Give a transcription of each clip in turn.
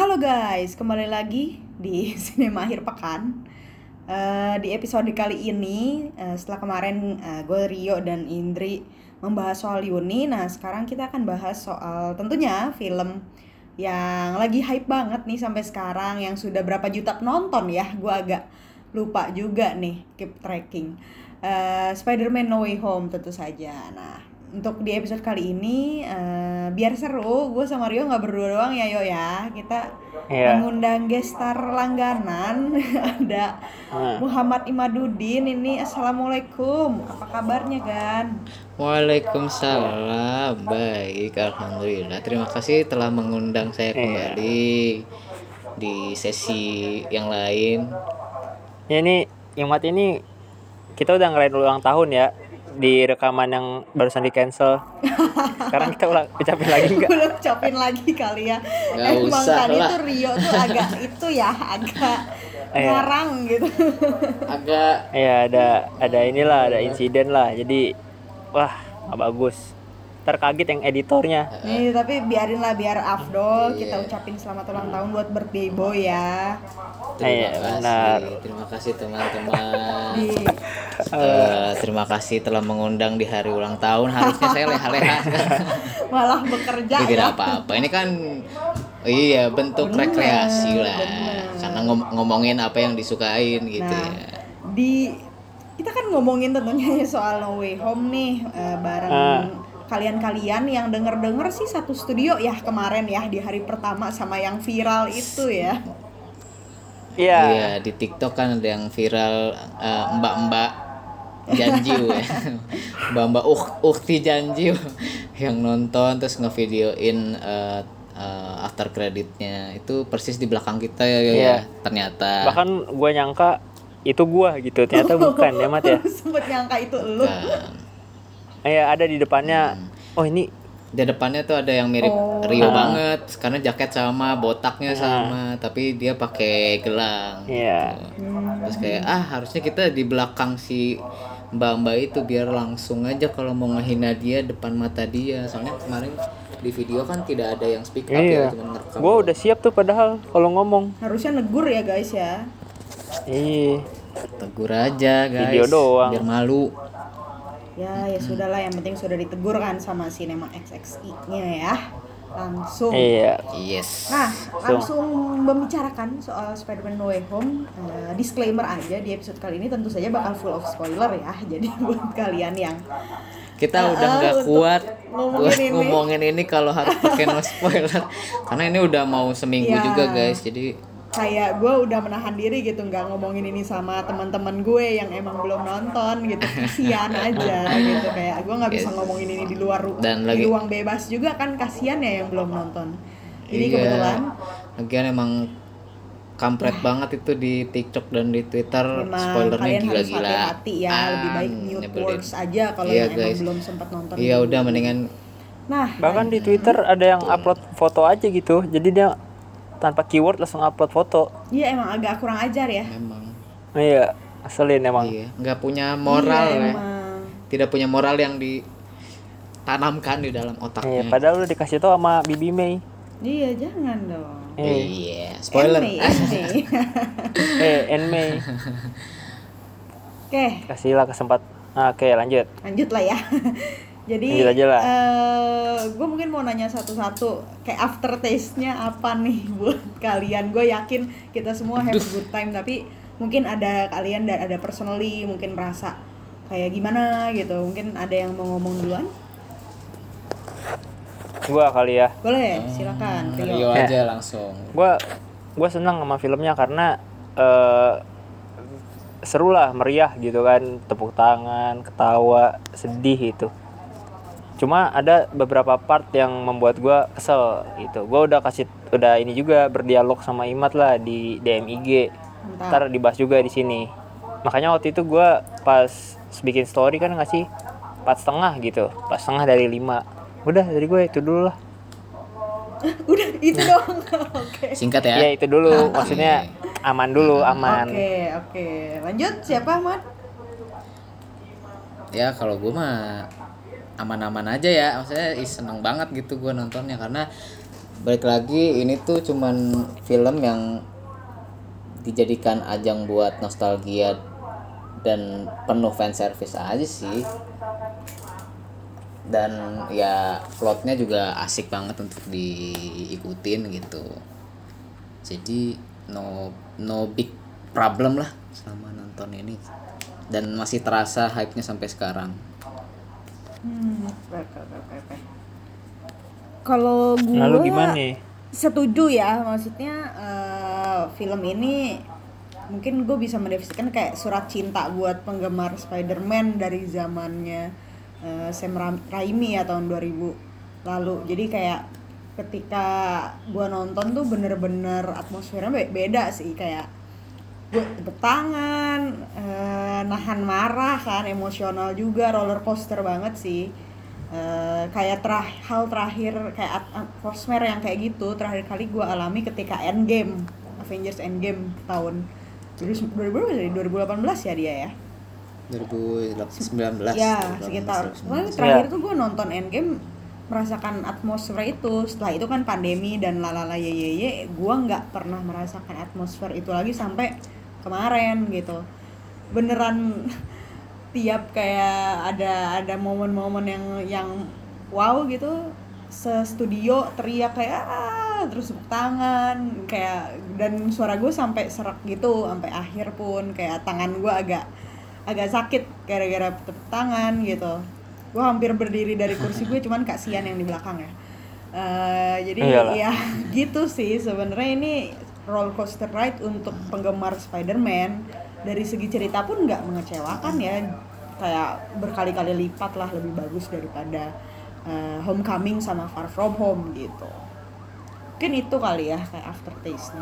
Halo guys, kembali lagi di Sinema Akhir Pekan. Di episode kali ini, setelah kemarin gue Rio dan Indri membahas soal Yuni, nah sekarang kita akan bahas soal tentunya film yang lagi hype banget nih sampai sekarang, yang sudah berapa juta penonton ya, gue agak lupa juga nih, keep tracking. Spider-Man No Way Home tentu saja. Nah, untuk di episode kali ini biar seru, gue sama Rio nggak berdua doang ya Yo ya. Kita mengundang gestar langganan. Ada Muhammad Imaduddin ini. Assalamualaikum, apa kabarnya Gan? Waalaikumsalam, baik, alhamdulillah. Terima kasih telah mengundang saya kembali di sesi yang lain. Ya ini Imat ini kita udah ngerayain ulang tahun ya di rekaman yang barusan di cancel. Sekarang kita ucapin lagi nggak? Belum ucapin lagi kali ya. Nggak Emang usah tadi lah. tuh Rio tuh agak itu ya, agak ngarang gitu. Agak Ya ada inilah, ada insiden lah. Jadi wah nggak bagus. Terkaget yang editornya. Nih, tapi biarin lah, biar Afdol kita ucapin selamat ulang tahun buat birthday boy ya. Terima kasih teman-teman. Terima kasih telah mengundang di hari ulang tahun. Harusnya saya leha-leha. Malah bekerja ya. Tidak apa-apa. Ini kan bentuk rekreasi lah. Karena ngomongin apa yang disukain gitu ya. Kita kan ngomongin tentunya soal No Way Home nih, bareng kalian-kalian yang denger sih satu studio ya kemarin ya, di hari pertama sama yang viral itu ya. Iya, di TikTok kan ada yang viral mbak-mbak Janjiu ya. Mbak-mbak Ukti Janjiu yang nonton terus ngevideoin after creditnya. Itu persis di belakang kita ya. Ternyata. Bahkan gue nyangka itu gue gitu, ternyata bukan ya Mat ya. Sempet nyangka itu lu. Ada di depannya. Oh ini di depannya tuh ada yang mirip Rio banget karena jaket sama, botaknya sama, tapi dia pakai gelang. Gitu. Terus kayak harusnya kita di belakang si mbak-mbak itu biar langsung aja kalau mau ngehina dia depan mata dia. Soalnya kemarin di video kan tidak ada yang speak up ya, cuma ngerekam. Gue udah siap tuh padahal kalau ngomong. Harusnya negur ya guys ya. Tegur aja guys. Video doang. Biar malu. Ya sudahlah, yang penting sudah ditegur kan sama Cinema XXI-nya ya. Langsung. Yes. Nah, langsung membicarakan soal Spider-Man No Way Home. Disclaimer aja, di episode kali ini tentu saja bakal full of spoiler ya. Jadi buat kalian yang kita udah nggak kuat ngomongin ini kalau harus pakai no spoiler. Karena ini udah mau seminggu juga guys. Jadi kayak gue udah menahan diri gitu, nggak ngomongin ini sama teman-teman gue yang emang belum nonton gitu. Kasian aja gitu, kayak gue nggak bisa ngomongin ini di luar dan di ruang bebas juga kan, kasian ya yang belum nonton. Jadi kebetulan lagian emang kampret banget itu di TikTok dan di Twitter. Memang spoilernya gila-gila. Hati-hati ya, lebih baik mute words aja kalau yang emang belum sempat nonton. Iya udah mendingan. Nah, bahkan di Twitter ada yang upload foto aja gitu, jadi dia tanpa keyword langsung upload foto. Iya, emang agak kurang ajar ya. Memang. Iya, ngeselin emang. Iya, nggak punya moral ya. Tidak punya moral yang ditanamkan di dalam otaknya. Iya, padahal udah dikasih tau sama Bibi May. Iya, jangan dong. Iya, spoiler. May. Oke. Kasihlah kesempatan. Oke, lanjut. Lanjut lah ya. Jadi gue mungkin mau nanya satu-satu, kayak after taste-nya apa nih buat kalian. Gue yakin kita semua have a good time, tapi mungkin ada kalian dan ada personally mungkin merasa kayak gimana gitu. Mungkin ada yang mau ngomong duluan? Gua kali ya. Boleh, silakan. Rio aja langsung. Gua senang sama filmnya karena seru lah, meriah gitu kan, tepuk tangan, ketawa, sedih itu. Cuma ada beberapa part yang membuat gue kesel gitu. Gue udah ini juga berdialog sama Imat lah di DM IG. Ntar dibahas juga di sini. Makanya waktu itu gue pas bikin story kan ngasih 4,5 gitu, 4,5 dari 5. Udah dari gue itu dulu lah. Udah itu doang. Oke. Singkat ya. Iya itu dulu, maksudnya aman dulu, aman. Oke. Lanjut, siapa Mat? Ya kalau gue mah aman-aman aja ya, maksudnya seneng banget gitu gue nontonnya karena balik lagi ini tuh cuman film yang dijadikan ajang buat nostalgia dan penuh fan service aja sih. Dan ya plotnya juga asik banget untuk diikutin gitu. Jadi no big problem lah selama nonton ini, dan masih terasa hype-nya sampai sekarang. Kalau gue Lalu gimana nih? setuju ya, maksudnya film ini mungkin gue bisa mendefinisikan kayak surat cinta buat penggemar Spider-Man dari zamannya Sam Raimi ya tahun 2000 lalu. Jadi kayak ketika gue nonton tuh bener-bener atmosfernya beda sih, kayak gue tepuk tangan, nahan marah kan, emosional juga, roller coaster banget sih. Kayak hal terakhir kayak atmosfer yang kayak gitu terakhir kali gue alami ketika Avengers Endgame tahun 2018 ya dia ya. 2019 Ya sekitar. Terakhir tuh gue nonton Endgame merasakan atmosfer itu. Setelah itu kan pandemi dan lalala ye, gue nggak pernah merasakan atmosfer itu lagi sampai kemarin gitu. Beneran tiap kayak ada momen-momen yang wow gitu, se-studio teriak kayak terus tepuk tangan kayak, dan suara gue sampai serak gitu sampai akhir pun, kayak tangan gue agak sakit gara-gara tepuk tangan gitu. Gue hampir berdiri dari kursi gue, cuman kasihan yang di belakang ya. Jadi ya gitu sih sebenarnya, ini roller coaster ride untuk penggemar Spider-Man. Dari segi cerita pun nggak mengecewakan ya, kayak berkali-kali lipat lah lebih bagus daripada Homecoming sama Far From Home gitu. Mungkin itu kali ya kayak aftertaste-nya.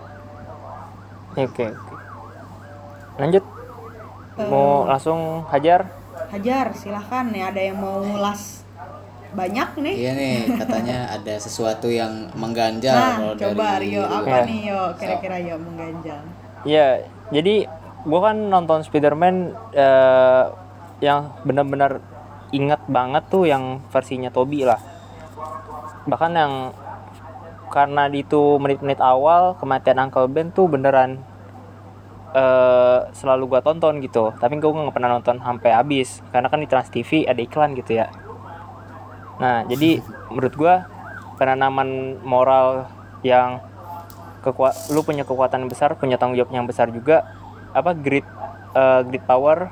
Oke. Lanjut. Mau langsung hajar silahkan ya, ada yang mau ngulas banyak nih. Iya nih, katanya ada sesuatu yang mengganjal. Nah coba dari Rio, apa nih Yo kira-kira Yo mengganjal? Iya, jadi gue kan nonton Spider-Man yang benar-benar inget banget tuh yang versinya Tobey lah. Bahkan yang karena di itu menit-menit awal kematian Uncle Ben tuh beneran selalu gue tonton gitu. Tapi gue nggak pernah nonton sampai habis karena kan di Trans TV ada iklan gitu ya. Nah jadi menurut gue penanaman moral yang lu punya kekuatan besar, punya tanggung jawab yang besar juga, great power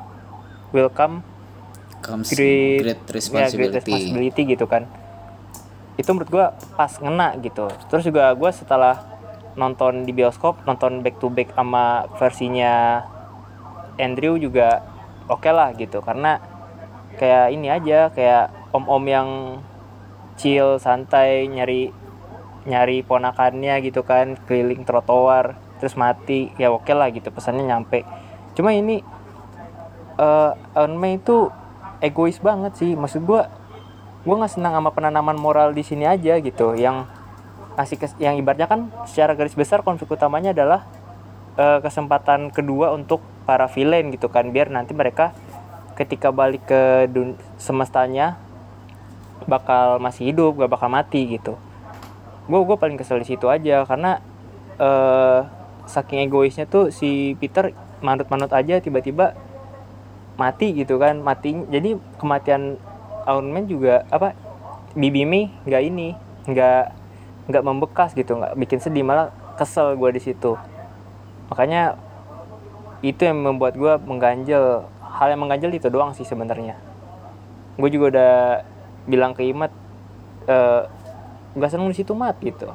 comes great responsibility gitu kan. Itu menurut gue pas ngena gitu. Terus juga gue setelah nonton di bioskop, nonton back to back sama versinya Andrew juga oke lah gitu, karena kayak ini aja, kayak om-om yang chill santai nyari ponakannya gitu kan, keliling trotoar terus mati, ya oke lah gitu, pesannya nyampe. Cuma ini Aunt May itu egois banget sih, maksud gue nggak senang sama penanaman moral di sini aja gitu, yang yang ibaratnya kan secara garis besar konflik utamanya adalah kesempatan kedua untuk para villain gitu kan, biar nanti mereka ketika balik ke semestanya bakal masih hidup, gak bakal mati gitu. Gue paling kesel di situ aja, karena saking egoisnya tuh si Peter manut-manut aja tiba-tiba mati gitu kan. Jadi kematian Aunt May juga Bibi May nggak membekas gitu, nggak bikin sedih, malah kesel gue di situ. Makanya itu yang membuat gue mengganjal. Hal yang mengganjal itu doang sih sebenarnya. Gue juga udah bilang ke Imat nggak seneng di situ Mat gitu.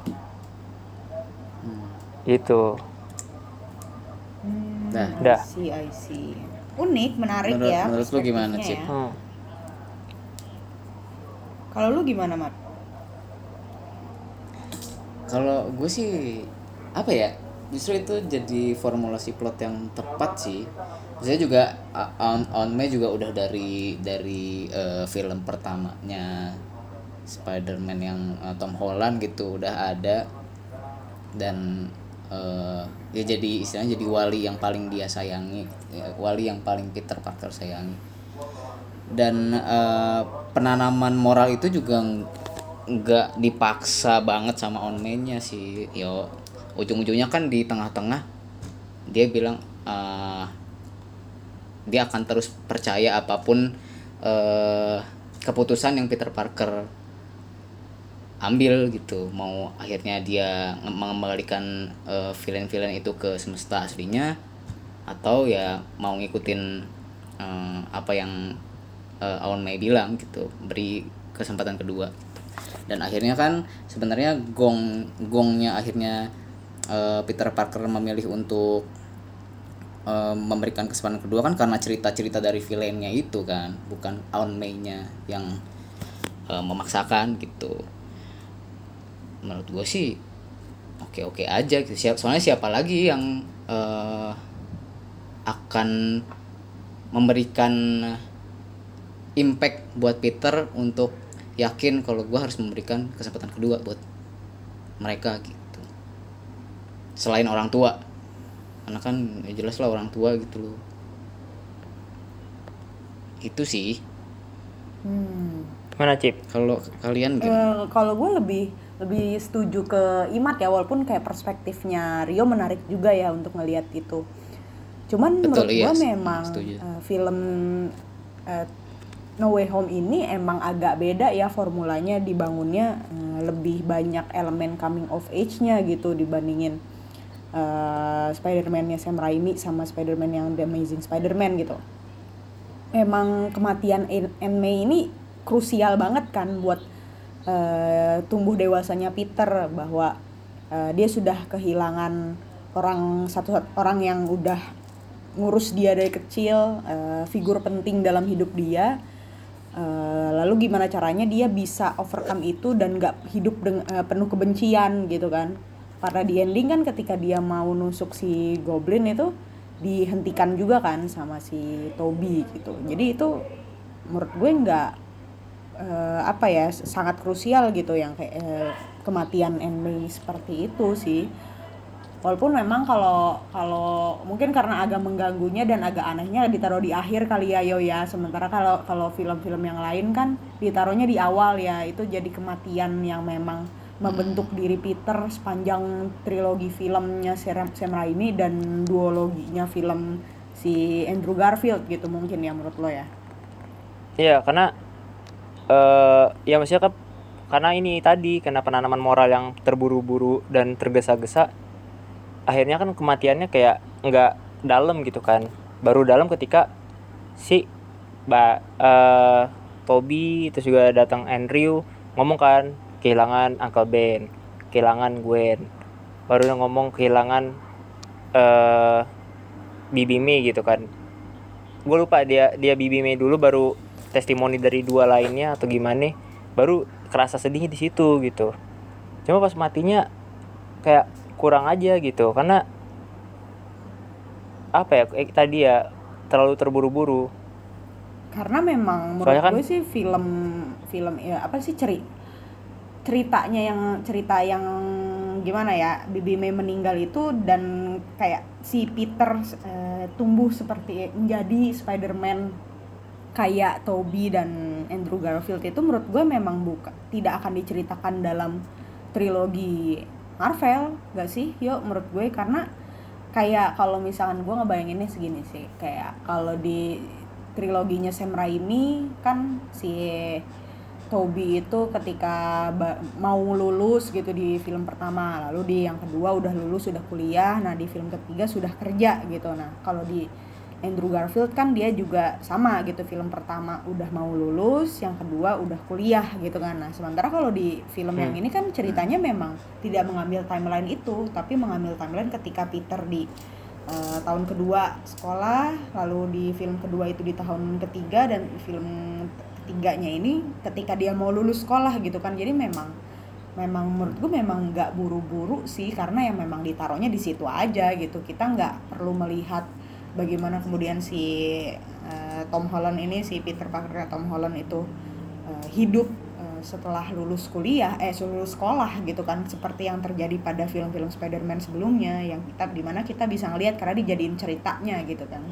Itu. Dah. I see. Unik, menarik ya. Menurut lu gimana Cip? Ya. Kalau lu gimana Mat? Kalau gue sih justru itu jadi formulasi plot yang tepat sih. Saya juga Aunt May juga udah dari film pertamanya Spider-Man yang Tom Holland gitu udah ada, dan ya jadi istilahnya jadi wali yang paling dia sayangi, wali yang paling Peter Parker sayangi. Dan penanaman moral itu juga nggak dipaksa banget sama on mainnya sih. Yo ujung-ujungnya kan di tengah-tengah dia bilang dia akan terus percaya apapun keputusan yang Peter Parker ambil gitu. Mau akhirnya dia mengembalikan villain-villain itu ke semesta aslinya, atau ya mau ngikutin apa yang Aunt May bilang gitu, beri kesempatan kedua. Dan akhirnya kan sebenarnya gongnya akhirnya Peter Parker memilih untuk memberikan kesempatan kedua kan karena cerita-cerita dari villainnya itu kan, bukan Aunt May-nya yang memaksakan gitu. Menurut gue sih oke-oke aja gitu. Soalnya siapa lagi yang akan memberikan impact buat Peter untuk yakin kalau gue harus memberikan kesempatan kedua buat mereka gitu, selain orang tua. Karena kan ya jelas lah orang tua gitu loh. Itu sih. Mana Cip? Kalau kalian kalau gue lebih setuju ke Imad ya, walaupun kayak perspektifnya Rio menarik juga ya untuk ngelihat itu. Cuman betul, menurut gue memang film No Way Home ini emang agak beda ya formulanya, dibangunnya lebih banyak elemen coming of age-nya gitu dibandingin Spider-Man-nya Sam Raimi sama Spider-Man yang The Amazing Spider-Man gitu. Emang kematian Aunt May ini krusial banget kan buat tumbuh dewasanya Peter, bahwa dia sudah kehilangan satu orang yang udah ngurus dia dari kecil, figur penting dalam hidup dia. Lalu gimana caranya dia bisa overcome itu dan gak hidup penuh kebencian gitu kan. Karena di ending kan ketika dia mau nusuk si Goblin itu dihentikan juga kan sama si Toby gitu. Jadi itu menurut gue gak sangat krusial gitu yang kayak kematian Aunt May seperti itu sih. Walaupun memang kalau mungkin karena agak mengganggunya dan agak anehnya ditaruh di akhir kali ya Yo ya. Sementara kalau film-film yang lain kan ditaruhnya di awal ya. Itu jadi kematian yang memang membentuk diri Peter sepanjang trilogi filmnya Sam Raimi dan duologinya film si Andrew Garfield gitu mungkin ya menurut lo ya. Iya, karena ya maksudnya kan karena ini tadi kena penanaman moral yang terburu-buru dan tergesa-gesa. Akhirnya kan kematiannya kayak nggak dalam gitu kan, baru dalam ketika si Toby terus juga datang Andrew ngomong kan kehilangan Uncle Ben, kehilangan Gwen, baru ngomong kehilangan Bibi May gitu kan. Gue lupa dia Bibi May dulu baru testimoni dari dua lainnya atau gimana, baru kerasa sedihnya di situ gitu. Cuma pas matinya kayak kurang aja gitu, karena apa ya tadi ya terlalu terburu-buru. Karena memang menurut gue sih film ya apa sih cerita yang gimana ya, Bibi May meninggal itu dan kayak si Peter tumbuh seperti menjadi Spider-Man kayak Toby dan Andrew Garfield itu menurut gue memang tidak akan diceritakan dalam trilogi Marvel, gak sih? Yuk menurut gue, karena kayak kalau misalkan gue ngebayanginnya segini sih, kayak kalau di triloginya Sam Raimi kan si Toby itu ketika mau lulus gitu di film pertama, lalu di yang kedua udah lulus, sudah kuliah, nah di film ketiga sudah kerja gitu. Nah kalau di Andrew Garfield kan dia juga sama gitu, film pertama udah mau lulus, yang kedua udah kuliah gitu kan. Nah sementara kalau di film yang ini kan ceritanya memang tidak mengambil timeline itu, tapi mengambil timeline ketika Peter di tahun kedua sekolah, lalu di film kedua itu di tahun ketiga, dan film ketiganya ini ketika dia mau lulus sekolah gitu kan. Jadi memang menurut gue memang nggak buru-buru sih, karena yang memang ditaruhnya di situ aja gitu. Kita nggak perlu melihat bagaimana kemudian si Tom Holland ini, si Peter Parker Tom Holland itu hidup setelah lulus sekolah gitu kan, seperti yang terjadi pada film-film Spider-Man sebelumnya yang dimana kita bisa ngelihat karena dijadiin ceritanya gitu kan.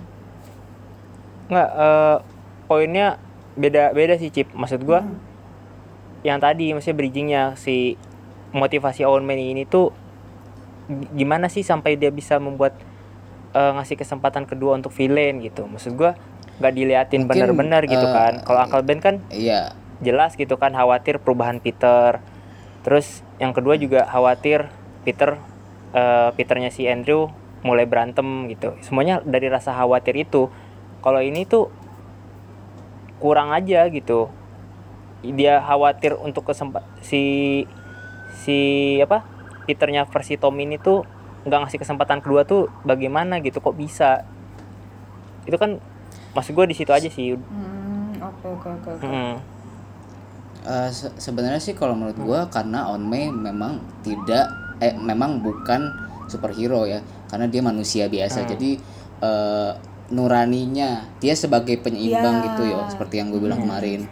Nggak, poinnya beda sih Cip. Maksud gue yang tadi maksudnya bridgingnya si motivasi Owen Man ini tuh gimana sih sampai dia bisa membuat ngasih kesempatan kedua untuk villain gitu. Maksud gue nggak diliatin benar-benar gitu kan. Kalau Uncle Ben kan iya jelas gitu kan khawatir perubahan Peter. Terus yang kedua juga khawatir Peternya si Andrew mulai berantem gitu. Semuanya dari rasa khawatir itu. Kalau ini tuh kurang aja gitu. Dia khawatir untuk si Peternya versi Tom ini tuh nggak ngasih kesempatan kedua tuh bagaimana gitu, kok bisa. Itu kan maksud gue di situ aja sih. Oke. Sebenarnya sih kalau menurut gue karena On May memang memang bukan superhero ya, karena dia manusia biasa. Jadi nuraninya dia sebagai penyeimbang gitu ya, seperti yang gue bilang kemarin.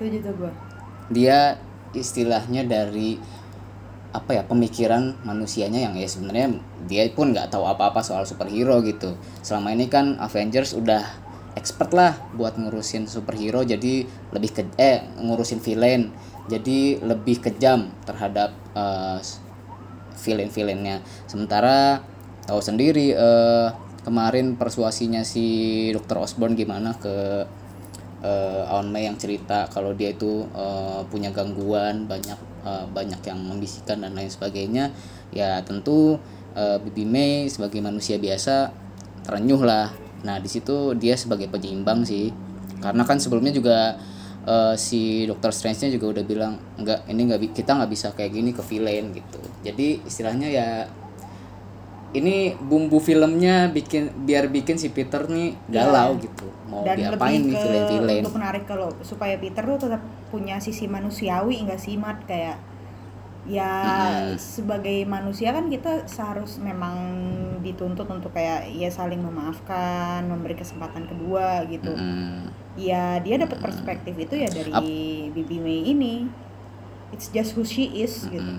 Dia istilahnya dari pemikiran manusianya yang ya sebenarnya dia pun nggak tahu apa-apa soal superhero gitu. Selama ini kan Avengers udah expert lah buat ngurusin superhero, jadi lebih ngurusin villain, jadi lebih kejam terhadap villain-villainnya. Sementara tahu sendiri kemarin persuasinya si Dr. Osborn gimana ke Aunt May yang cerita kalau dia itu punya gangguan, banyak yang membisikkan dan lain sebagainya. Ya tentu Bibi May sebagai manusia biasa terenyuh lah. Nah di situ dia sebagai penyeimbang sih, karena kan sebelumnya juga si Dr. Strange-nya juga udah bilang kita nggak bisa kayak gini ke villain gitu. Jadi istilahnya ya ini bumbu filmnya biar bikin si Peter nih galau gitu, mau dan diapain nih villain. Untuk menarik kalau supaya Peter tuh tetap punya sisi manusiawi, enggak sih Mat, kayak ya sebagai manusia kan kita seharus memang dituntut untuk kayak ya saling memaafkan, memberi kesempatan kedua gitu. Ya dia dapat perspektif itu ya dari Bibi May ini. It's just who she is gitu.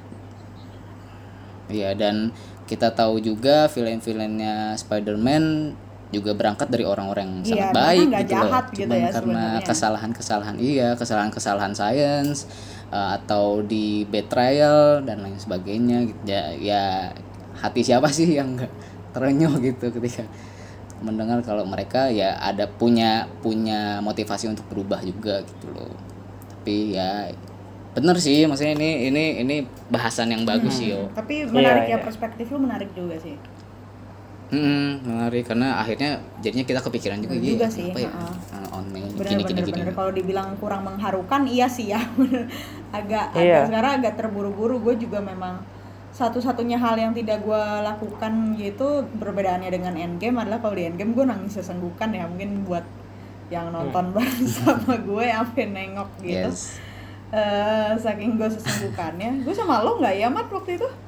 Iya, dan kita tahu juga villain-villainnya Spider-Man juga berangkat dari orang-orang yang sangat baik gitu loh. Cuman ya, karena kesalahan-kesalahan science atau di betrayal dan lain sebagainya gitu. Ya hati siapa sih yang enggak terenyuh gitu ketika mendengar kalau mereka ya ada punya motivasi untuk berubah juga gitu loh. Tapi ya bener sih, maksudnya ini bahasan yang bagus sih yo. Tapi menarik ya, perspektif lu menarik juga sih. Menarik karena akhirnya jadinya kita kepikiran juga sih. Apa ya? On May gini. Kalau dibilang kurang mengharukan iya sih ya. agak sekarang agak terburu-buru. Gue juga memang satu-satunya hal yang tidak gue lakukan gitu, perbedaannya dengan Endgame adalah kalau di Endgame gue nangis sesenggukan ya, mungkin buat yang nonton bareng sama gue sampai nengok gitu. Yes. Saking gue sesenggukannya. Gue sama lo nggak ya Mat waktu itu?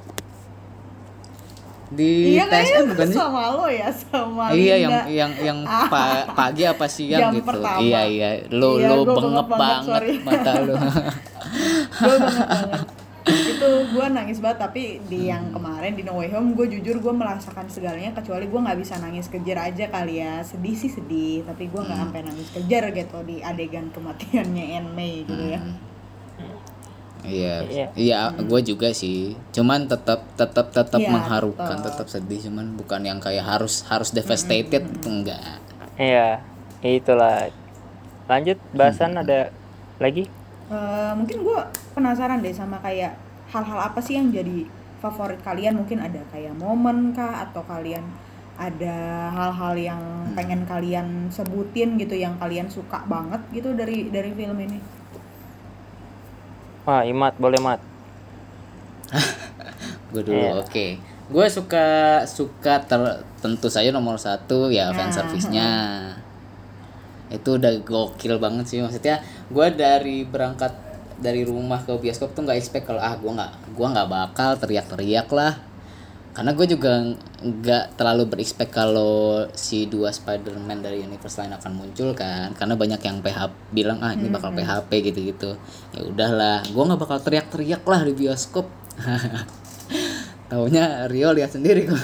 Di TSM bukan sih? Sama lo ya, sama Iya, Linda. yang pagi apa siang gitu. Pertama. Iya. Lo bengep banget mata lo. Gue bengep banget. Itu gue nangis banget, tapi di yang kemarin di No Way Home gue jujur gue merasakan segalanya, kecuali gue nggak bisa nangis kejer aja kali ya. Sedih, tapi gue nggak sampai nangis kejer gitu di adegan kematiannya Aunt May gitu ya. Iya, gue juga sih. Cuman tetap mengharukan, tetap sedih. Cuman bukan yang kayak harus devastated, enggak. Iya, itulah. Lanjut bahasan ada lagi? Mungkin gue penasaran deh sama kayak hal-hal apa sih yang jadi favorit kalian. Mungkin ada kayak momen kah, atau kalian ada hal-hal yang pengen kalian sebutin gitu yang kalian suka banget gitu dari film ini. Imat, boleh Mat. Gue dulu, oke. Gue suka tentu saja nomor 1 ya fan service-nya. Itu udah gokil banget sih, maksudnya gue berangkat dari rumah ke bioskop tuh nggak expect kalau gue nggak bakal teriak-teriak lah, karena gue juga nggak terlalu berexpect kalau si 2 Spider-Man dari universe lain akan muncul kan, karena banyak yang bilang ini bakal PHP gitu. Ya udahlah, gue nggak bakal teriak-teriak lah di bioskop. Taunya Rio lihat sendiri gue.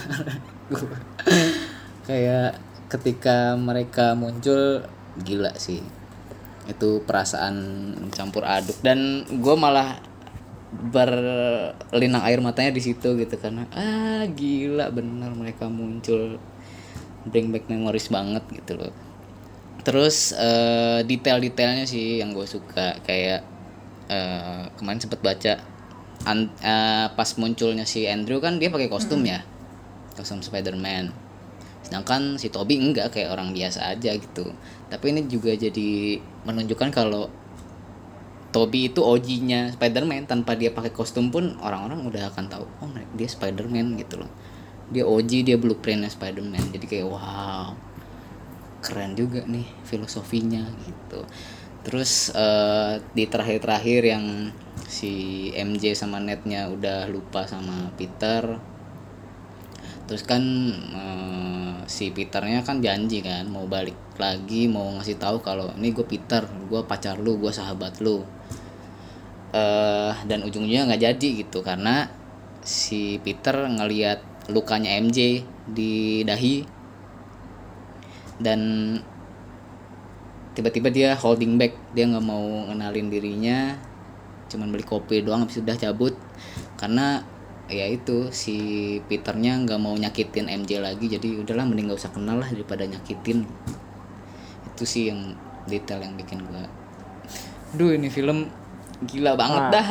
Kayak ketika mereka muncul gila sih. Itu perasaan campur aduk, dan gue malah berlinang air matanya di situ gitu, karena gila bener mereka muncul, bring back memories banget gitu loh. Terus detail-detailnya sih yang gue suka, kayak kemarin sempet baca pas munculnya si Andrew kan dia pakai kostum ya, kostum Spider-Man, sedangkan si Tobey enggak, kayak orang biasa aja gitu. Tapi ini juga jadi menunjukkan kalau Tobey itu OG-nya Spider-Man, tanpa dia pakai kostum pun orang-orang udah akan tahu oh dia Spider-Man gitu loh. Dia OG, dia blueprint-nya Spider-Man. Jadi kayak wow, keren juga nih filosofinya gitu. Terus di terakhir-terakhir yang si MJ sama Ned-nya udah lupa sama Peter. Terus kan si Peternya kan janji kan mau balik lagi, mau ngasih tahu kalau ini gue Peter, gue pacar lu, gue sahabat lu. Dan ujung-ujungnya nggak jadi gitu, karena si Peter ngelihat lukanya MJ di dahi dan tiba-tiba dia holding back, dia nggak mau ngenalin dirinya, cuman beli kopi doang habis udah cabut, karena ya itu si Peternya nggak mau nyakitin MJ lagi, jadi udahlah mending nggak usah kenal lah daripada nyakitin. Itu sih yang detail yang bikin gua ini film gila banget dah.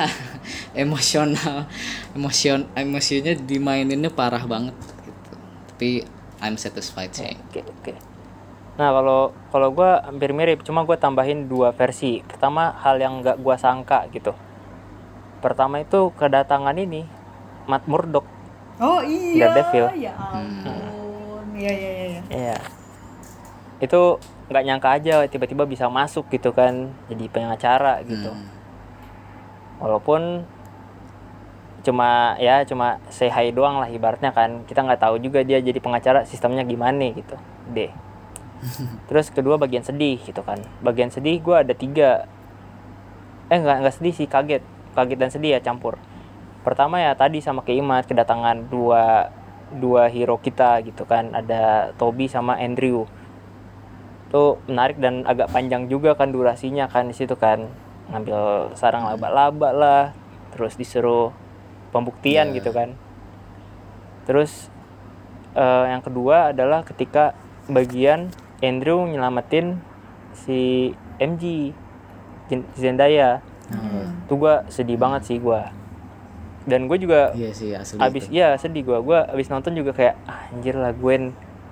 Emosinya dimaininnya parah banget gitu. Tapi I'm satisfied sih. Oke. Nah kalau gue hampir mirip, cuma gue tambahin 2 versi. Pertama, hal yang nggak gue sangka gitu. Pertama itu kedatangan ini Matt Murdock. Oh iya. Daredevil. Ya ampun. Iya. Itu nggak nyangka aja tiba-tiba bisa masuk gitu kan, jadi pengacara gitu. Walaupun cuma say hi doang lah ibaratnya kan, kita nggak tahu juga dia jadi pengacara sistemnya gimana gitu deh. Terus kedua, bagian sedih gitu kan. Bagian sedih gue ada 3. Nggak sedih sih, kaget dan sedih ya campur. Pertama ya tadi sama keimat kedatangan dua hero kita gitu kan, ada Tobey sama Andrew. Itu menarik dan agak panjang juga kan durasinya kan di situ kan, ngambil sarang laba-laba lah, terus disuruh pembuktian gitu kan. Terus yang kedua adalah ketika bagian Andrew nyelamatin si MJ Zendaya. Itu gue sedih banget sih gue. Dan gue juga sedih gue abis nonton juga kayak anjir lah, Gwen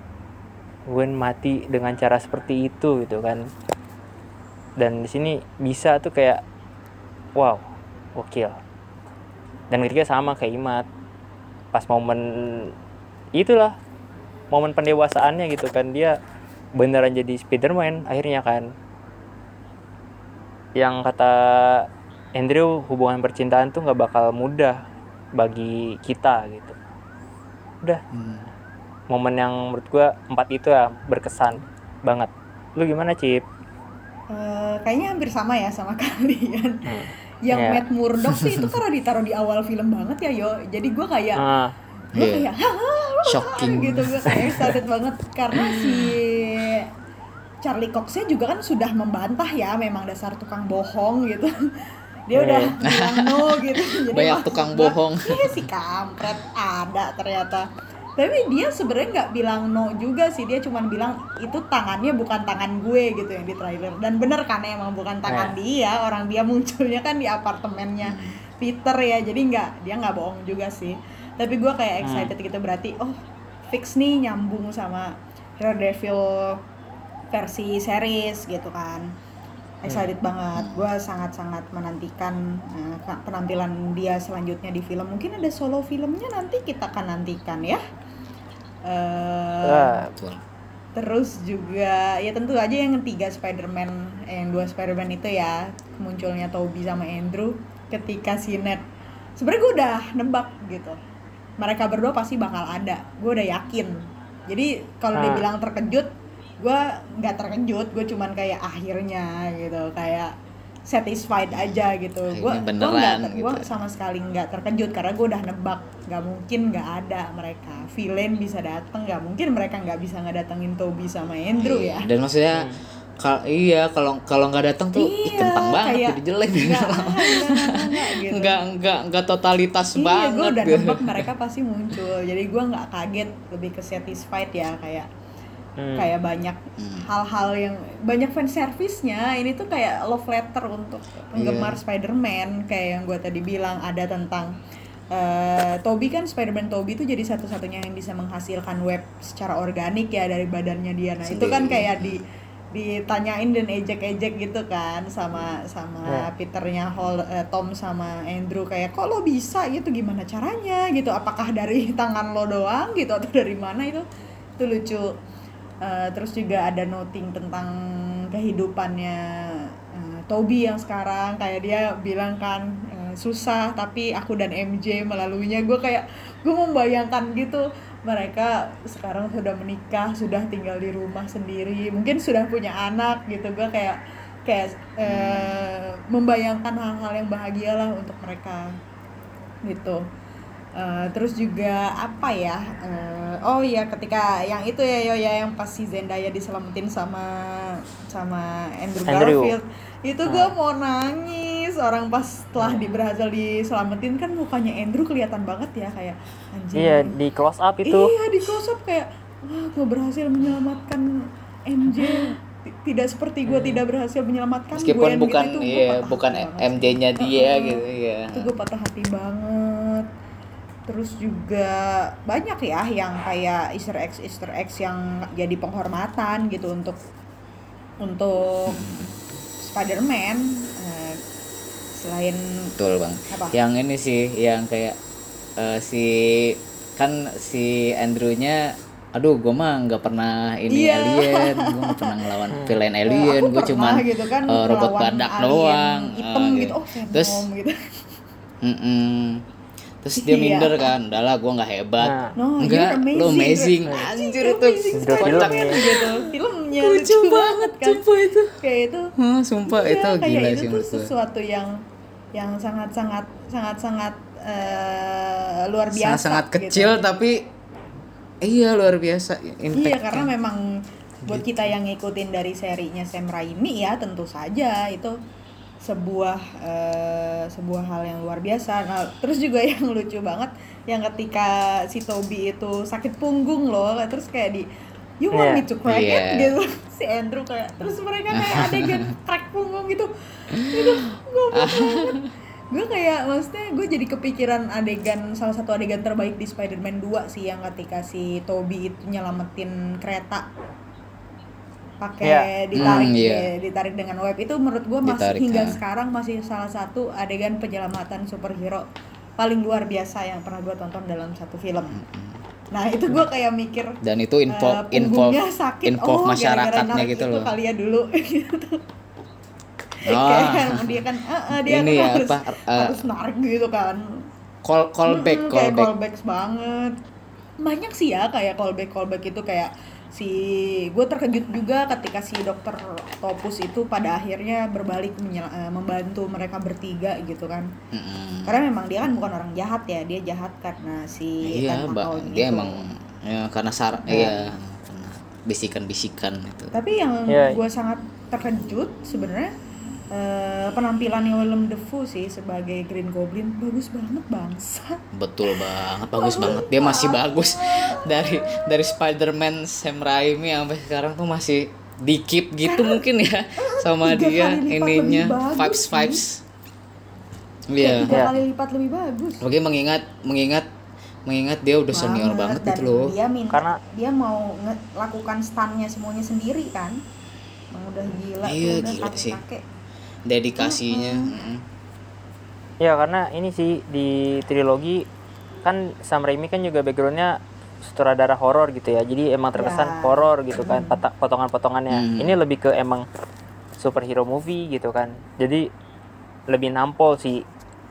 mati dengan cara seperti itu gitu kan. Dan di sini bisa tuh kayak wow, gokil. Dan ketiga sama kayak Imat, pas momen itulah momen pendewasaannya gitu kan, dia beneran jadi Spider-Man akhirnya kan. Yang kata Andrew, hubungan percintaan tuh nggak bakal mudah bagi kita gitu. Udah momen yang menurut gue 4 itu ya berkesan banget. Lu gimana, Cip? Kayaknya hampir sama ya sama kalian. Yang Matt Murdock sih itu karena ditaruh di awal film banget ya yo. Jadi gue kayak shocking gitu, gue kayak excited banget karena si Charlie Cox-nya juga kan sudah membantah ya, memang dasar tukang bohong gitu. Dia udah bilang no gitu. Jadi banyak tukang bohong. Si kampret ada ternyata. Tapi dia sebenarnya nggak bilang no juga sih, dia cuma bilang itu tangannya bukan tangan gue gitu yang di trailer. Dan bener kan emang bukan tangan dia, orang dia munculnya kan di apartemennya Peter ya, jadi dia nggak bohong juga sih. Tapi gue kayak excited gitu, berarti fix nih nyambung sama Daredevil versi series gitu kan. Excited banget, gue sangat-sangat menantikan penampilan dia selanjutnya di film. Mungkin ada solo filmnya nanti, kita akan nantikan ya. Terus juga ya tentu aja yang 3 Spider-Man, yang 2 Spider-Man itu ya, munculnya Tobey sama Andrew ketika si Ned. Sebenarnya gue udah nebak gitu, mereka berdua pasti bakal ada, gue udah yakin. Jadi kalau dia bilang terkejut, gue nggak terkejut, gue cuman kayak akhirnya gitu, kayak satisfied aja gitu. Gue sama sekali nggak terkejut karena gue udah nebak nggak mungkin nggak ada mereka. Villain bisa datang, nggak mungkin mereka nggak bisa ngedatengin Tobey sama Andrew ya. Dan maksudnya Iya, kalau nggak datang tuh kentang banget, jadi jelek. Gitu. Nggak totalitas banget. Iya, gue udah nembak mereka pasti muncul. Jadi gue nggak kaget, lebih ke satisfied ya, kayak banyak hal-hal yang banyak fan service-nya. Ini tuh kayak love letter untuk penggemar Spider-Man, kayak yang gue tadi bilang ada tentang Tobey kan, Spider-Man Tobey itu jadi satu-satunya yang bisa menghasilkan web secara organik ya dari badannya dia. Nah, itu kan kayak ditanyain dan ejek-ejek gitu kan sama Peternya Tom sama Andrew, kayak kok lo bisa gitu, gimana caranya gitu, apakah dari tangan lo doang gitu atau dari mana, itu lucu. Terus juga ada noting tentang kehidupannya Tobey yang sekarang, kayak dia bilang kan susah tapi aku dan MJ melaluinya. Gue membayangkan gitu, mereka sekarang sudah menikah, sudah tinggal di rumah sendiri, mungkin sudah punya anak gitu. Gue kayak membayangkan hal-hal yang bahagia lah untuk mereka gitu. Terus juga apa ya, oh ya ketika yang itu ya yang pas si Zendaya diselamatin sama Andrew Garfield itu gue mau nangis. Orang pas setelah berhasil diselamatin kan mukanya Andrew kelihatan banget ya, kayak anjing. Iya, di close up itu. Iya, di close up kayak wah, gue berhasil menyelamatkan MJ. Tidak seperti gue tidak berhasil menyelamatkan meskipun Gwen bukan gitu, bukan MJ-nya dia gitu ya. Itu gue patah hati banget. Terus juga banyak ya yang kayak Easter eggs yang jadi penghormatan gitu untuk Spider-Man. Selain betul bang, apa? Yang ini sih yang kayak si Andrew-nya, aduh gue mah nggak pernah alien, gue nggak pernah ngelawan villain alien, gue cuma gitu kan, robot badak doang hitam gitu, terus gitu. Terus dia minder kan, udahlah gue nggak hebat. Enggak, lo amazing. Anjir itu filmnya gitu. Filmnya lucu banget kan. Sumpah itu. Kayak itu. Sumpah itu gila sih menurut gue. Sesuatu yang sangat luar biasa. Sangat kecil gitu. Tapi iya luar biasa impact. Iya, karena memang buat kita yang ngikutin dari serinya Sam Raimi ya, tentu saja itu sebuah hal yang luar biasa. Nah, terus juga yang lucu banget yang ketika si Tobey itu sakit punggung loh, terus kayak you want me to crack it gitu, si Andrew kayak, terus mereka kayak adegan crack punggung gitu, itu goblok banget. Gue kayak, maksudnya gue jadi kepikiran salah satu adegan terbaik di Spider-Man 2 sih, yang ketika si Tobey itu nyelamatin kereta pakai ditarik dengan web. Itu menurut gue masih hingga sekarang masih salah satu adegan penyelamatan superhero paling luar biasa yang pernah gue tonton dalam satu film. Nah itu gue kayak mikir, dan itu punggungnya sakit, masyarakatnya gitu loh. Itu kali ya dulu gitu. Kayak dia kan ini kan ya, harus narik gitu kan. Callback banget. Banyak sih ya kayak callback itu, kayak gue terkejut juga ketika si Dokter Octopus itu pada akhirnya berbalik membantu mereka bertiga gitu kan. Karena memang dia kan bukan orang jahat ya, dia jahat karena si dia emang ya, karena bisikan-bisikan itu. Tapi yang gue sangat terkejut sebenarnya penampilannya Willem Dafoe sih sebagai Green Goblin, bagus banget bangsa. Betul banget, bagus banget. Dia masih bagus dari Spider-Man Sam Raimi sampai sekarang tuh masih di-keep gitu mungkin ya sama dia ininya vibes. Iya. 3 kali lipat lebih bagus. Oke, mengingat dia udah senior banget gitu loh. Karena dia mau lakukan stuntnya semuanya sendiri kan. Udah gila, iya, gila sih. Dedikasinya. Ya karena ini sih di trilogi kan Sam Raimi kan juga backgroundnya sutradara horor gitu ya, jadi emang terkesan horor gitu kan, potongan-potongannya. Ini lebih ke emang superhero movie gitu kan, jadi lebih nampol sih.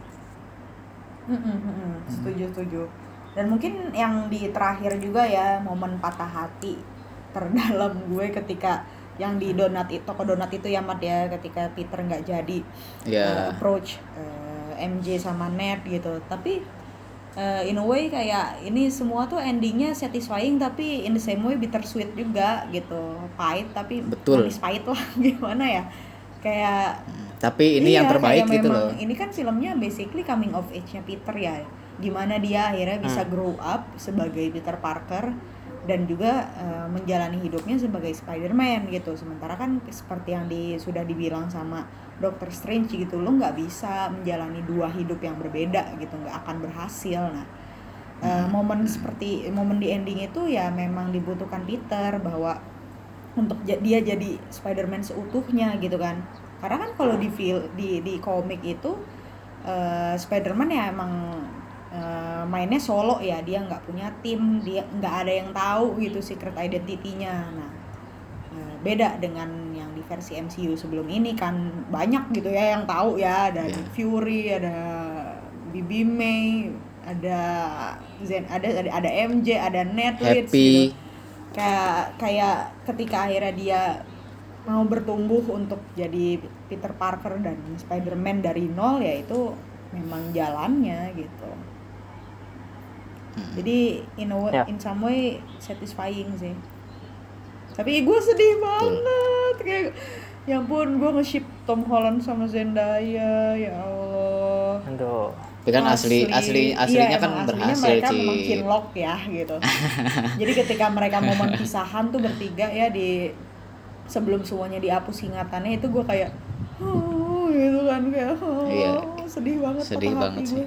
Setuju. Dan mungkin yang di terakhir juga ya, momen patah hati terdalam gue ketika yang di toko donat itu ya Mat ya, ketika Peter nggak jadi approach MJ sama Ned gitu. Tapi in a way kayak ini semua tuh endingnya satisfying tapi in the same way bittersweet juga gitu, pahit tapi Betul. manis pahit lah gimana ya, kayak Tapi ini yang terbaik kayak gitu memang, loh. ini kan filmnya basically coming of age-nya Peter ya, gimana dia akhirnya bisa grow up sebagai Peter Parker dan juga menjalani hidupnya sebagai Spider-Man gitu. Sementara kan seperti yang sudah dibilang sama Doctor Strange gitu, lo nggak bisa menjalani dua hidup yang berbeda gitu, nggak akan berhasil. Nah, momen di ending itu ya memang dibutuhkan Peter bahwa untuk dia jadi Spider-Man seutuhnya gitu kan. Karena kan kalau di komik itu Spider-Man ya emang mainnya solo ya, dia nggak punya tim, dia nggak ada yang tahu gitu secret identity-nya. Nah, beda dengan yang di versi MCU sebelum ini kan banyak gitu ya yang tahu ya, ada Fury, ada Bibi May, ada MJ, ada Ned Leeds gitu. Kayak ketika akhirnya dia mau bertumbuh untuk jadi Peter Parker dan Spider-Man dari nol, ya itu memang jalannya gitu. Jadi in some way satisfying sih. Tapi gue sedih banget, kayak ya ampun, gue nge-ship Tom Holland sama Zendaya, ya Allah. Aduh. Tapi kan aslinya kan berhasil mereka sih. memang cinlok ya gitu. Jadi ketika mereka momen pisahan tuh bertiga ya, di sebelum semuanya dihapus ingatannya itu, gue kayak gitu kan, kayak sedih banget, sedih banget sih. gue.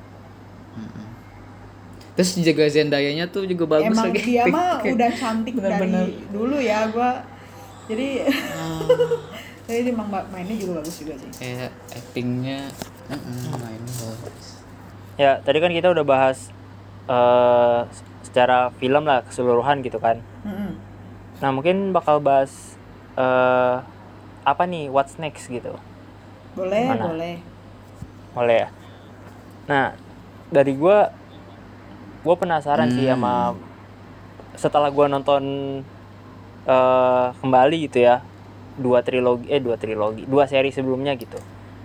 Terus juga Zendaya-nya tuh juga bagus emang lagi. Dia mah udah cantik dari dulu ya, gue jadi jadi emang mainnya juga bagus juga sih. Kayak actingnya mainnya bagus. Ya tadi kan kita udah bahas secara film lah keseluruhan gitu kan. Nah mungkin bakal bahas apa nih what's next gitu. Boleh ya. Nah dari gue penasaran sih sama, setelah gue nonton kembali gitu ya dua seri sebelumnya gitu.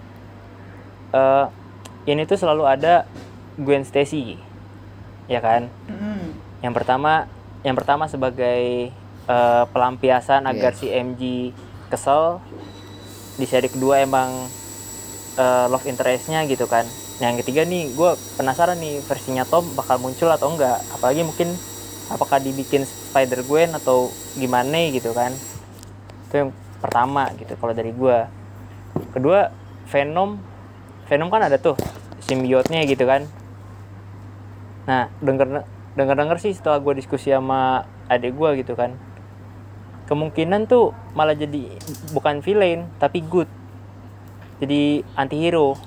Ini tuh selalu ada Gwen Stacy, ya kan? Yang pertama sebagai pelampiasan agar si MJ kesel. Di seri kedua emang love interest-nya gitu kan. Yang ketiga nih, gue penasaran nih versinya Tom bakal muncul atau enggak. Apalagi mungkin apakah dibikin Spider-Gwen atau gimana gitu kan. Itu yang pertama gitu kalau dari gue. Kedua, Venom kan ada tuh simbiotnya gitu kan. Nah, denger sih setelah gue diskusi sama adik gue gitu kan, kemungkinan tuh malah jadi bukan villain tapi good, jadi antihero.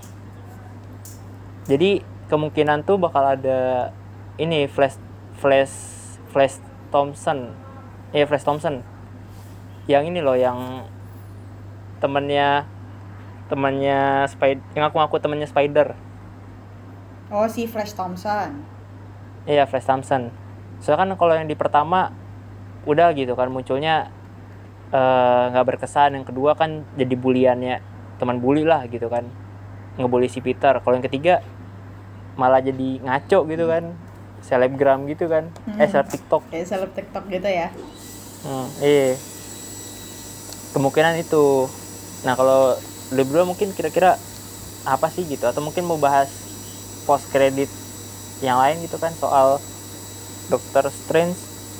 Jadi kemungkinan tuh bakal ada ini Flash Thompson. Flash Thompson. Yang ini loh, yang temannya Spider, yang ngaku temannya Spider. Oh, si Flash Thompson. Iya, Flash Thompson. Soalnya kan kalau yang di pertama udah gitu kan munculnya nggak berkesan. Yang kedua kan jadi buliannya teman bully lah gitu kan, ngebully si Peter. Kalau yang ketiga malah jadi ngaco gitu kan, selebgram gitu kan, seleb TikTok. Kayak seleb TikTok gitu ya. Iya. Kemungkinan itu. Nah kalau lu berdua mungkin kira-kira apa sih gitu, atau mungkin mau bahas post credit yang lain gitu kan soal Doctor Strange?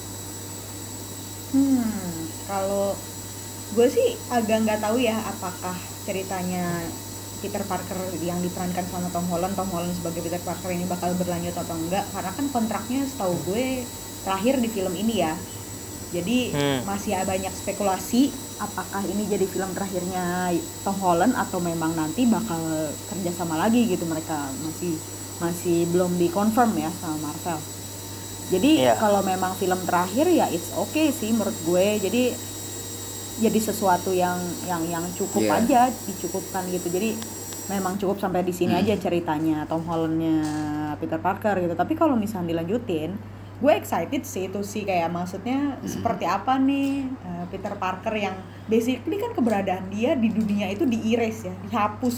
Kalau gue sih agak nggak tahu ya apakah ceritanya Peter Parker yang diperankan sama Tom Holland sebagai Peter Parker ini bakal berlanjut atau enggak, karena kan kontraknya setahu gue terakhir di film ini ya. Jadi masih banyak spekulasi apakah ini jadi film terakhirnya Tom Holland atau memang nanti bakal kerja sama lagi gitu. Mereka masih belum dikonfirm ya sama Marvel. Jadi kalau memang film terakhir ya it's okay sih menurut gue. Jadi sesuatu yang cukup aja, dicukupkan gitu. Jadi memang cukup sampai di sini aja ceritanya Tom Holland-nya Peter Parker gitu. Tapi kalau misalnya dilanjutin, gue excited sih itu sih, kayak maksudnya seperti apa nih Peter Parker yang basically kan keberadaan dia di dunia itu di-erase ya, dihapus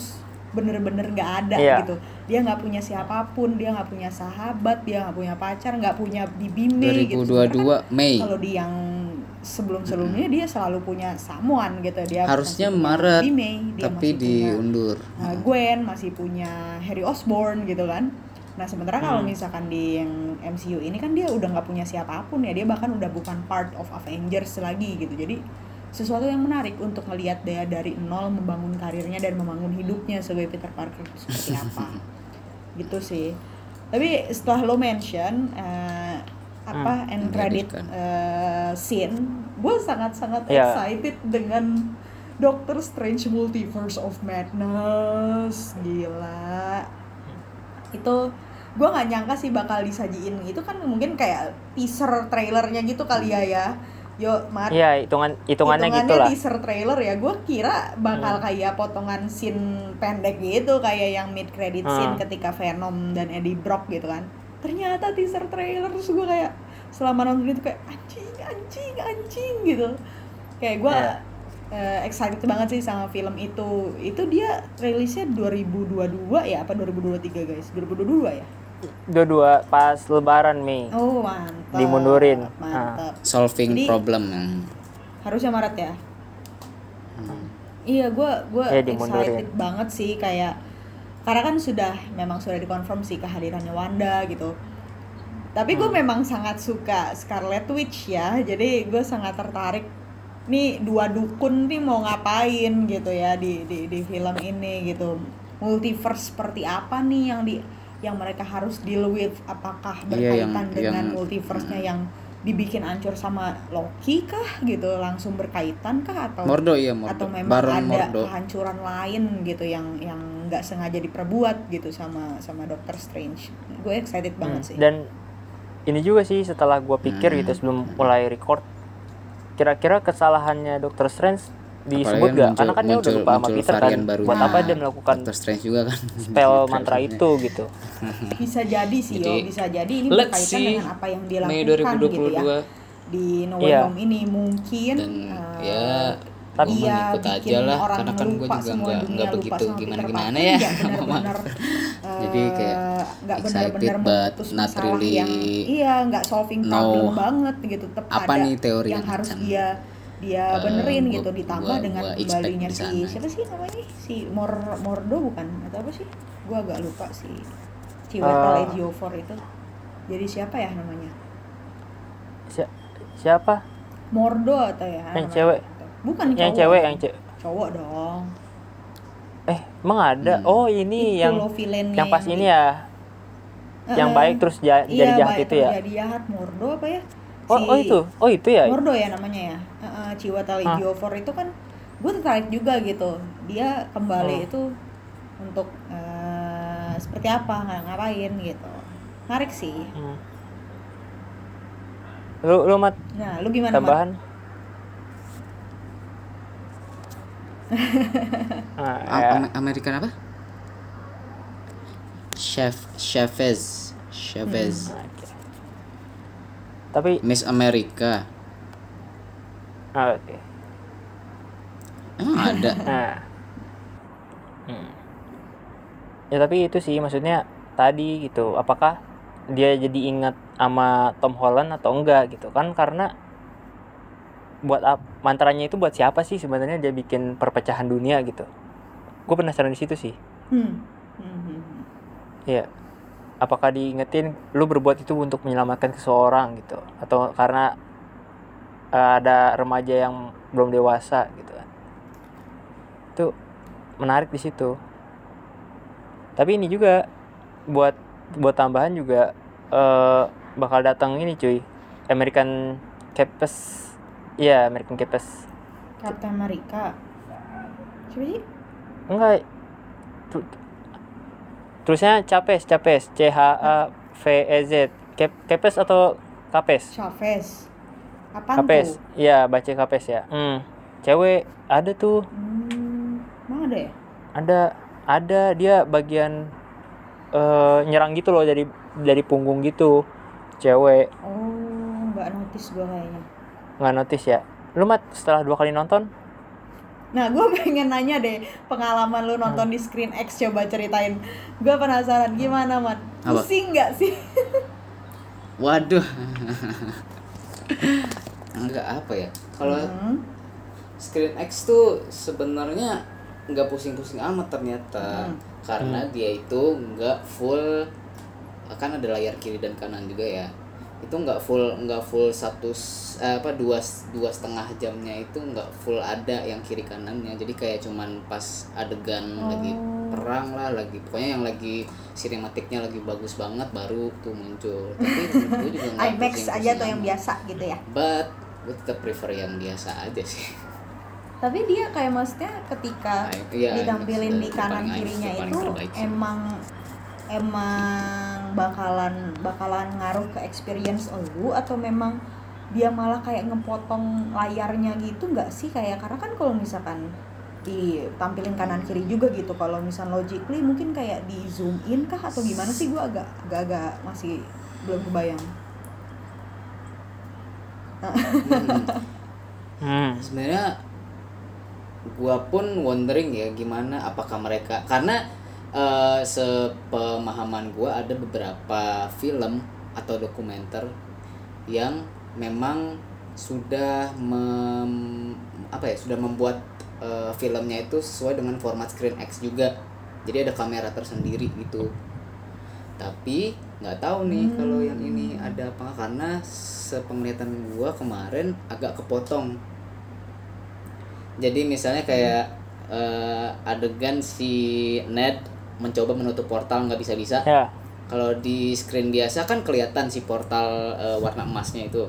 bener-bener nggak ada gitu. Dia nggak punya siapapun, dia nggak punya sahabat, dia nggak punya pacar, nggak punya bibi Mei 2022 gitu. Kan Mei. kalau di yang sebelum-sebelumnya dia selalu punya someone gitu. Dia harusnya masih punya Maret Bibi Mei, dia tapi masih punya diundur. Gwen, masih punya Harry Osborn gitu kan. Nah sementara kalau misalkan di yang MCU ini kan dia udah nggak punya siapapun ya, dia bahkan udah bukan part of Avengers lagi gitu. Jadi sesuatu yang menarik untuk melihat dia dari nol membangun karirnya dan membangun hidupnya sebagai Peter Parker itu seperti apa gitu sih. Tapi setelah lo mention end credit scene, gue sangat-sangat excited dengan Doctor Strange Multiverse of Madness. Gila, itu gue nggak nyangka sih bakal disajiin. Itu kan mungkin kayak teaser trailernya gitu kali ya. Yo, iya, hitungannya gitu lah. Teaser trailer ya, gue kira bakal kayak potongan scene pendek gitu, kayak yang mid credit scene ketika Venom dan Eddie Brock gitu kan. Ternyata teaser trailer, terus gue kayak selama nonton itu kayak anjing gitu. Kayak gue excited banget sih sama film itu. Itu dia rilisnya 2022 ya apa 2023 guys? 2022 ya? 22 pas lebaran Mei. Oh mantap. Dimundurin. Mantap. Solving Jadi, problem. Harusnya Maret ya. Iya, gue excited banget sih, kayak karena kan memang sudah dikonfirm sih kehadirannya Wanda gitu. Tapi gue memang sangat suka Scarlet Witch ya. Jadi gue sangat tertarik nih dua dukun nih mau ngapain gitu ya di film ini gitu. Multiverse seperti apa nih yang mereka harus deal with, apakah berkaitan dengan multiverse-nya yang dibikin hancur sama Loki kah gitu, langsung berkaitan kah atau Mordo. Atau memang Baron ada Mordo. Kehancuran lain gitu yang nggak sengaja diperbuat gitu sama Doctor Strange. Gue excited banget sih. Dan ini juga sih setelah gue pikir gitu sebelum mulai record, kira-kira kesalahannya Doctor Strange disebut gak? Karena kan dia udah lupa sama Peter kan, buat apa dia melakukan Doctor Strange juga kan spell mantra itu gitu. Bisa jadi sih bisa jadi ini berkaitan dengan apa yang dia lakukan gitu ya di No Way Home ini mungkin. Dan tapi ya ikut aja lah, karena kan gue juga nggak begitu gimana ya benar-benar jadi kayak nggak excited but not really nggak solving problem banget gitu. Tetap apa ada nih teori yang harus dia benerin gitu, ditambah dengan kembalinya siapa sih namanya, si Mordo bukan atau apa sih, gue agak lupa sih, Chiwetel Ejiofor itu jadi siapa ya namanya, siapa Mordo atau ya yang cewek bukan yang cewek cowok dong. Emang ada ini itu yang yang pas ini ya yang baik terus jadi jahat itu ya, jadi jahat. Mordo apa ya itu ya Mordo ya namanya ya. Chiwetel Ejiofor itu kan gue tertarik juga gitu, dia kembali itu untuk seperti apa, ngapain gitu, menarik sih. Lu Mat, nah lu gimana tambahan American apa? Chavez. Tapi Miss America. Oke. Emang ada. Ya tapi itu sih maksudnya tadi gitu. Apakah dia jadi ingat sama Tom Holland atau enggak gitu kan, karena buat mantranya itu buat siapa sih sebenarnya dia bikin perpecahan dunia gitu. Gue penasaran di situ sih. Iya. Apakah diingetin lu berbuat itu untuk menyelamatkan seseorang gitu, atau karena ada remaja yang belum dewasa gitu kan. Itu menarik di situ. Tapi ini juga buat tambahan juga bakal datang ini cuy, American Capes. Iya, American Capes. Captain America. Coba sih? Enggak. Tulisnya Capes, CHAVEZ. Capes atau Capes? Chavez. Apaan Capes. tuh? Iya, baca Capes ya. Cewek ada tuh. Emang ada ya? Ada dia bagian nyerang gitu loh, dari punggung gitu. Cewek. Oh, enggak notice gue kayaknya. Nggak notice ya. Lu Mat setelah 2 kali nonton? Nah, gue pengen nanya deh, pengalaman lu nonton di Screen X, coba ceritain. Gue penasaran gimana, Man? Pusing nggak sih? Waduh. Enggak apa ya. Kalau Screen X tuh sebenarnya nggak pusing-pusing amat ternyata. Karena dia itu nggak full, kan ada layar kiri dan kanan juga ya. Itu nggak full dua setengah jamnya itu nggak full ada yang kiri kanannya, jadi kayak cuman pas adegan lagi perang lah, lagi pokoknya yang lagi sinematiknya lagi bagus banget baru tuh muncul. Tapi menurut gue juga nggak IMAX aja tuh yang biasa gitu ya, but gue tetap prefer yang biasa aja sih. Tapi dia kayak maksudnya ketika ditampilin di kanan kirinya itu emang bakalan ngaruh ke experience lu, atau memang dia malah kayak ngepotong layarnya gitu nggak sih? Kayak karena kan kalau misalkan ditampilin kanan kiri juga gitu, kalau misal logically mungkin kayak di zoom in kah atau gimana sih? Gue agak masih belum kebayang. Sebenarnya gue pun wondering ya gimana, apakah mereka, karena sepemahaman gue ada beberapa film atau dokumenter yang memang sudah membuat filmnya itu sesuai dengan format Screen X juga, jadi ada kamera tersendiri gitu. Tapi nggak tahu nih kalau yang ini ada apa, karena sepenglihatan gue kemarin agak kepotong. Jadi misalnya kayak adegan si Ned mencoba menutup portal nggak bisa-bisa. Ya. Kalau di screen biasa kan kelihatan si portal warna emasnya itu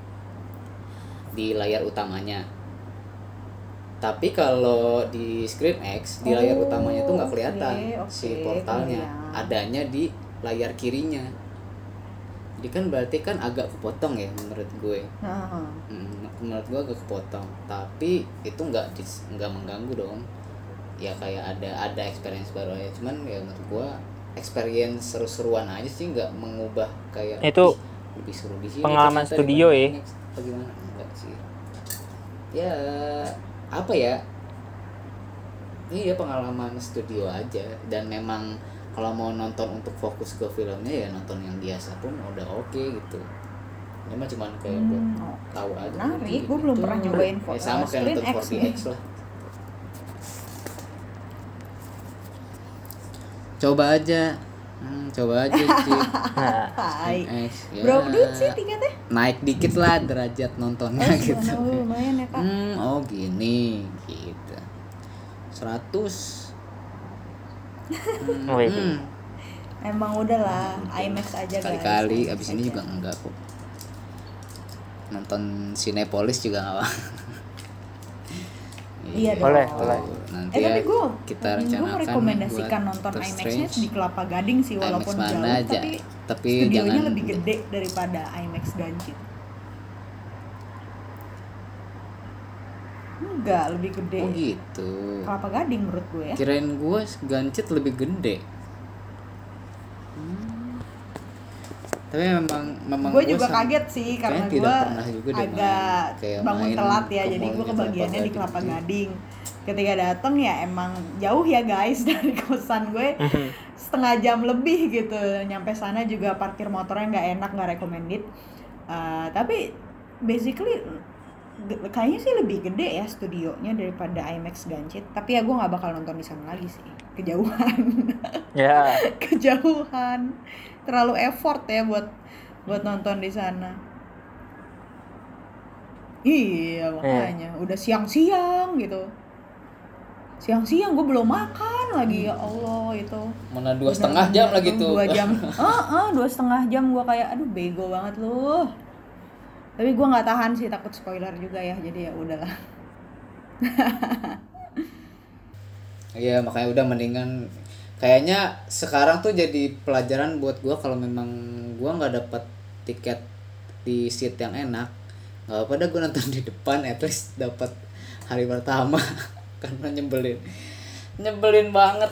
di layar utamanya. Tapi kalau di Screen X di layar utamanya itu nggak kelihatan si portalnya, adanya di layar kirinya. Jadi kan berarti kan agak kepotong ya menurut gue. Menurut gue agak kepotong, tapi itu nggak mengganggu dong. Ya kayak ada experience baru aja, cuman ya menurut gue experience seru-seruan aja sih, nggak mengubah kayak itu lebih seru di sini pengalaman studio ya. Bagaimana? Enggak sih. Ya apa ya? Iya pengalaman studio aja, dan memang kalau mau nonton untuk fokus ke filmnya ya nonton yang biasa pun udah oke gitu. Ini mah cuman kayak buat tahu aja. Menarik, gue belum pernah nyobain sama kayak nonton 4DX lah. Coba aja Cip. Hai. Berapa duit sih tiketnya? Naik dikit lah derajat nontonnya gitu. Lumayan ya, Kak. Oh gini gitu. 100. Emang udah lah, IMAX aja guys. Kali-kali abis ini juga enggak kok. Nonton Cinepolis juga enggak apa. Iya boleh. Nanti tapi kita rencanakan gue merekomendasikan nonton IMAX-nya di Kelapa Gading sih, walaupun jauh aja. Tapi studionya lebih gede daripada IMAX Ganjit. Enggak, lebih gede. Oh gitu. Kelapa Gading menurut gue ya. Kirain gue Ganjit lebih gede. Tapi memang gue juga kaget sih karena gue agak bangun telat ya, jadi gue kebagiannya di Kelapa Gading. Ketika datang ya emang jauh ya guys dari kosan gue, setengah jam lebih gitu. Nyampe sana juga parkir motornya nggak enak, nggak recommended. Tapi basically kayaknya sih lebih gede ya studionya daripada IMAX Ganjit. Tapi ya gue nggak bakal nonton di sana lagi sih, kejauhan. Ya. Kejauhan, terlalu effort ya buat nonton di sana. Iya makanya udah siang-siang gitu. Siang-siang gue belum makan lagi, ya Allah itu. Mana 2,5 jam lagi tuh. 2 jam. 2,5 jam gue kayak aduh bego banget lu. Tapi gue nggak tahan sih, takut spoiler juga ya, jadi ya udahlah. Iya makanya udah mendingan, kayaknya sekarang tuh jadi pelajaran buat gue, kalau memang gue nggak dapat tiket di seat yang enak, nggak apa-apa dah gue nonton di depan, at least dapat hari pertama. Karena nyebelin banget.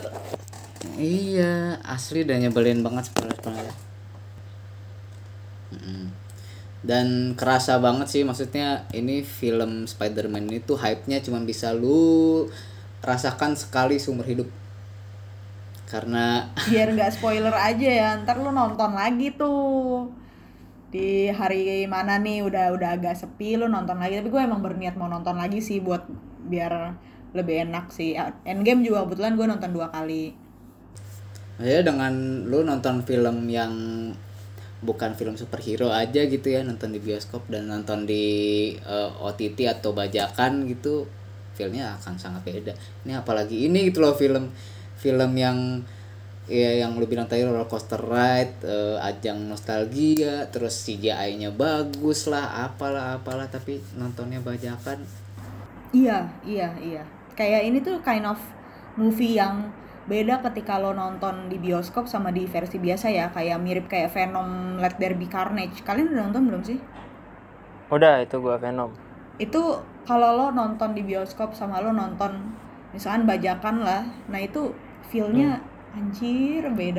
Iya asli udah nyebelin banget spoiler. Dan kerasa banget sih, maksudnya ini film Spider-Man ini tuh hype-nya cuma bisa lu rasakan sekali seumur hidup. Karena biar nggak spoiler aja ya, ntar lu nonton lagi tuh di hari mana nih udah agak sepi, lu nonton lagi. Tapi gue emang berniat mau nonton lagi sih buat biar lebih enak sih. Endgame juga kebetulan gue nonton 2 kali. ya dengan lu nonton film yang bukan film superhero aja gitu ya, nonton di bioskop dan nonton di OTT atau bajakan gitu, filmnya akan sangat beda. Ini apalagi ini gitu loh, film yang ya yang lu bilang tadi roller coaster ride, ajang nostalgia, terus CGI-nya bagus lah, apalah, tapi nontonnya bajakan. Iya. Kayak ini tuh kind of movie yang beda ketika lo nonton di bioskop sama di versi biasa ya. Kayak mirip kayak Venom Let There Be Carnage. Kalian udah nonton belum sih? Udah, itu gua Venom. Itu kalau lo nonton di bioskop sama lo nonton misalkan bajakan lah, nah itu feel-nya anjir beda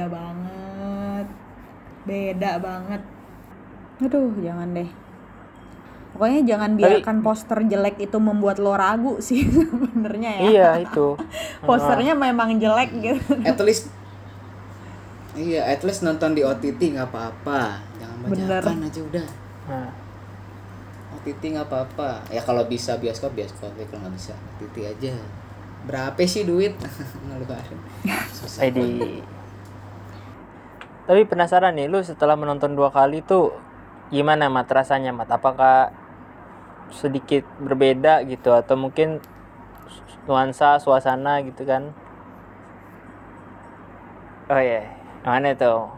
banget. Aduh, jangan deh. Pokoknya jangan biarkan poster jelek itu membuat lo ragu sih sebenarnya ya. Iya, itu. Posternya memang jelek gitu. At least nonton di OTT nggak apa-apa, jangan bajakan aja udah. OTT nggak apa-apa. Ya kalau bisa bioskop, ya kalau nggak bisa OTT aja. Berapa sih duit? Ngeluarin. Susah. Tapi penasaran nih, lu setelah menonton 2 kali tuh gimana Mat rasanya Mat? Apakah sedikit berbeda gitu atau mungkin nuansa suasana gitu kan? Oh iya, mana tuh?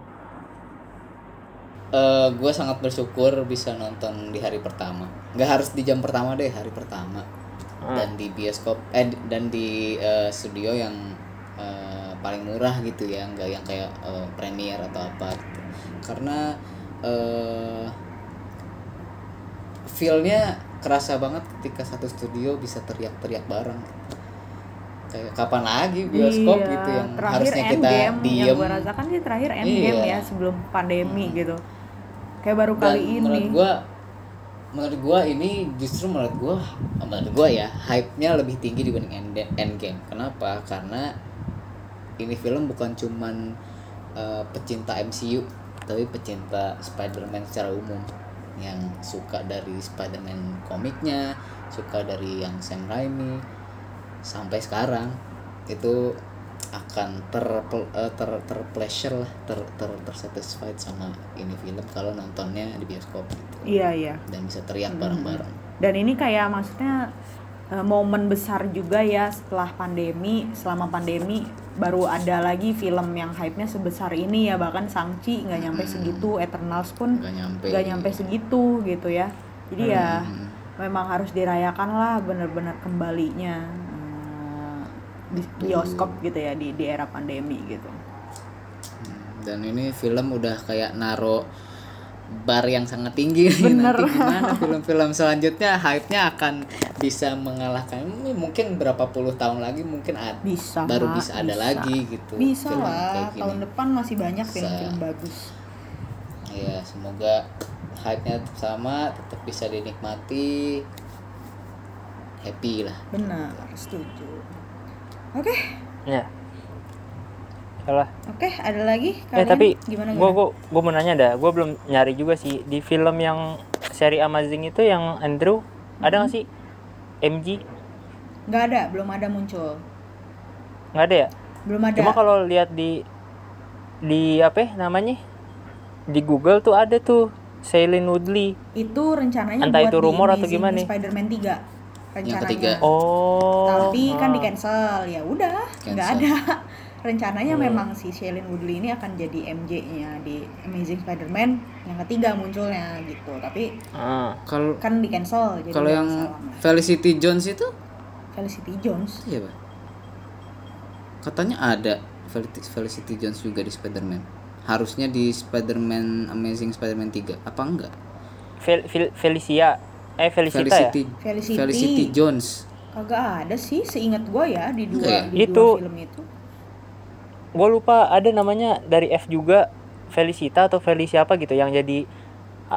Gue sangat bersyukur bisa nonton di hari pertama. Nggak harus di jam pertama deh, hari pertama. Dan di bioskop dan di studio yang paling murah gitu ya, nggak yang kayak premier atau apa gitu. Karena feel-nya kerasa banget ketika satu studio bisa teriak-teriak bareng. Kayak kapan lagi bioskop gitu yang terakhir harusnya kita diem. Yang gue rasakan sih terakhir Endgame ya sebelum pandemi gitu. Kayak baru Dan kali ini. Menurut gua ini justru menurut gua ya hype-nya lebih tinggi dibanding Endgame. Kenapa? Karena ini film bukan cuman pecinta MCU, tapi pecinta Spider-Man secara umum yang suka dari Spider-Man komiknya, suka dari yang Sam Raimi sampai sekarang itu akan terpleasure lah, tersatisfied sama ini film kalau nontonnya di bioskop gitu. Iya. Dan bisa teriak bareng-bareng. Dan ini kayak maksudnya momen besar juga ya selama pandemi baru ada lagi film yang hype-nya sebesar ini ya. Bahkan Shang-Chi nggak nyampe segitu, Eternals pun nggak nyampe segitu gitu ya. Jadi ya memang harus dirayakan lah bener-bener kembalinya di bioskop gitu ya di era pandemi gitu. Dan ini film udah kayak naro bar yang sangat tinggi. Bener. Nanti gimana film-film selanjutnya hype-nya akan bisa mengalahkan ini, mungkin berapa puluh tahun lagi mungkin baru bisa ada lagi gitu. Bisa lah, tahun depan masih banyak film-film bagus. Ya semoga hype-nya tetap sama, tetap bisa dinikmati, happy lah. Benar, setuju. Oke. Ya. Salah. Oke, ada lagi kalian? Tapi gimana? Gue mau nanya dah, gue belum nyari juga sih di film yang seri Amazing itu yang Andrew ada nggak sih MG? Nggak ada, belum ada muncul. Nggak ada ya? Belum ada. Cuma kalau lihat di apa namanya di Google tuh ada tuh Shailene Woodley. Itu rencananya entah buat itu rumor atau Amazing gimana? Spider-Man 3 rencananya. Yang ketiga. Tapi kan di cancel. Ya udah, nggak ada. Rencananya memang si Shailene Woodley ini akan jadi MJ-nya di Amazing Spider-Man yang ketiga munculnya gitu. Tapi kan di cancel. Kalau yang Felicity Jones itu? Felicity Jones? Iya, Pak. Katanya ada Felicity Jones juga di Spider-Man. Harusnya di Spider-Man Amazing Spider-Man 3. Apa enggak? Felicita ya? Felicity Jones. Kagak ada sih, seingat gue ya di dua film itu. Gue lupa ada namanya dari F juga, Felicita atau Felicia apa gitu yang jadi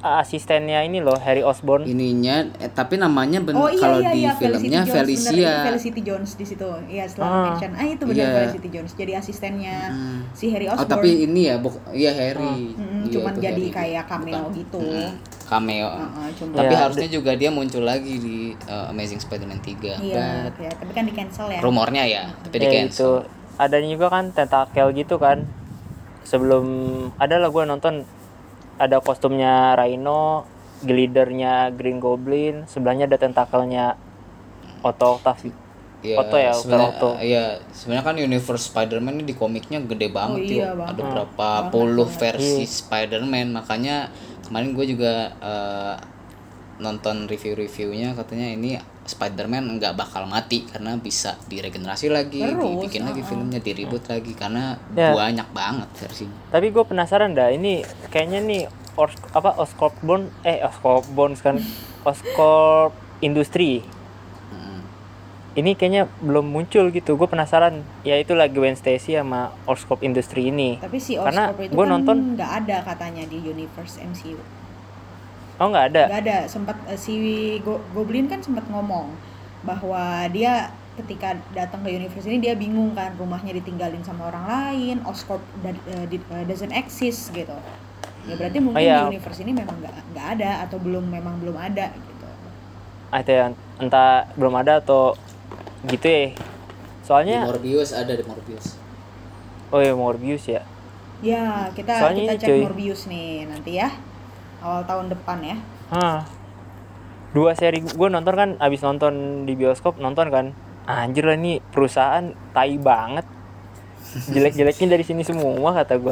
asistennya ini loh, Harry Osborn. Ininya tapi namanya Oh iya kalau iya di iya, filmnya Jones, Felicia. bener, ini Felicity Jones di situ. Iya, setelah mention. Itu benar Iya. Felicity Jones. Jadi asistennya si Harry Osborn. Oh tapi ini ya iya Harry. Iya, cuman itu jadi Harry. kayak cameo gitu. Cameo. Cuma Tapi Iya. harusnya juga dia muncul lagi di Amazing Spider-Man 3. iya, ya, tapi kan di cancel ya. Rumornya ya, tapi di Ya itu cancel. adanya juga kan tentakel gitu kan. Sebelum ada lah gue nonton, ada kostumnya Rhino, glidernya Green Goblin, sebelahnya ada tentakelnya Otto Octavius. Iya, Otto ya, bukan Otto. Iya, sebenarnya kan universe Spider-Man ini di komiknya gede banget iya yuk. banget. Ada berapa puluh versi Spider-Man, makanya kemarin gue juga nonton review-reviewnya, katanya ini Spider-Man nggak bakal mati karena bisa diregenerasi lagi, Terus, dibikin lagi filmnya, diribut lagi karena Ya. banyak banget versinya. Tapi gue penasaran dah, ini kayaknya nih Oscorp Bones kan, Oscorp Industry. Ini kayaknya belum muncul gitu. Gue penasaran. Ya itu lagi Gwen Stacy sama Oscorp Industry ini. Tapi si Karena Oscorp itu gua kan nonton, nggak ada katanya di universe MCU. oh nggak ada. Nggak ada. Sempat si Goblin kan sempat ngomong bahwa dia ketika datang ke universe ini dia bingung kan, rumahnya ditinggalin sama orang lain, Oscorp doesn't exist gitu. Ya berarti mungkin iya. di universe ini memang nggak ada atau belum ada gitu. Ada yang entah belum ada atau gitu ya. Soalnya Morbius ada di Morbius. oh ya Morbius ya. Ya, kita Soalnya cek cuy. Morbius nih nanti ya. Awal tahun depan ya. Dua seri gue nonton kan, abis nonton di bioskop nonton kan. Anjir lah, ini perusahaan tai banget. Jelek-jeleknya dari sini semua kata gue.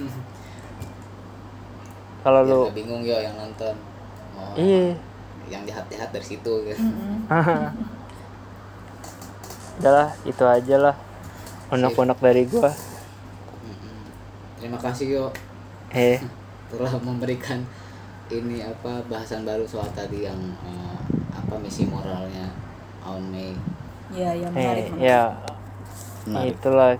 Kalau Ya, lu nggak bingung yo yang nonton. Oh, iya. yang jahat-jahat dari situ gitu. Udahlah, itu aja lah unek-unek dari gua. Terima kasih yo telah memberikan ini bahasan baru soal tadi yang misi moralnya Aunt May. Ya, ya menarik. Ya Menarik. itulah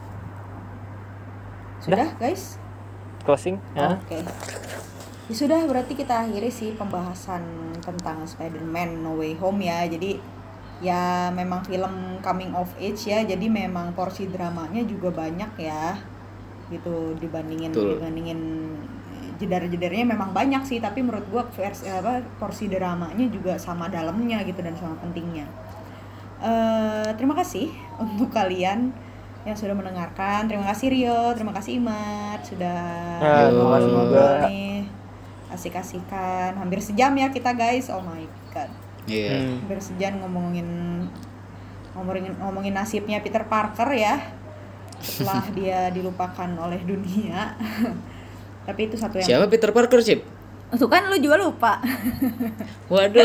Sudah, guys? closing ya. Oke. Ya sudah, berarti kita akhiri sih pembahasan tentang Spider-Man No Way Home ya. Jadi ya memang film coming of age ya. Jadi memang porsi dramanya juga banyak ya. Gitu dibandingin jedar-jedarnya memang banyak sih, tapi menurut gua porsi dramanya juga sama dalamnya gitu dan sama pentingnya. Terima kasih untuk kalian yang sudah mendengarkan. Terima kasih Rio, terima kasih Imat sudah ngobrol nih, asik-asikan. Hampir sejam ya kita guys. Oh my god. Iya. Hampir sejam ngomongin nasibnya Peter Parker ya. Setelah dia dilupakan oleh dunia. Tapi itu satu yang Siapa Peter Parker, Cip? Itu kan lu juga lupa. Waduh.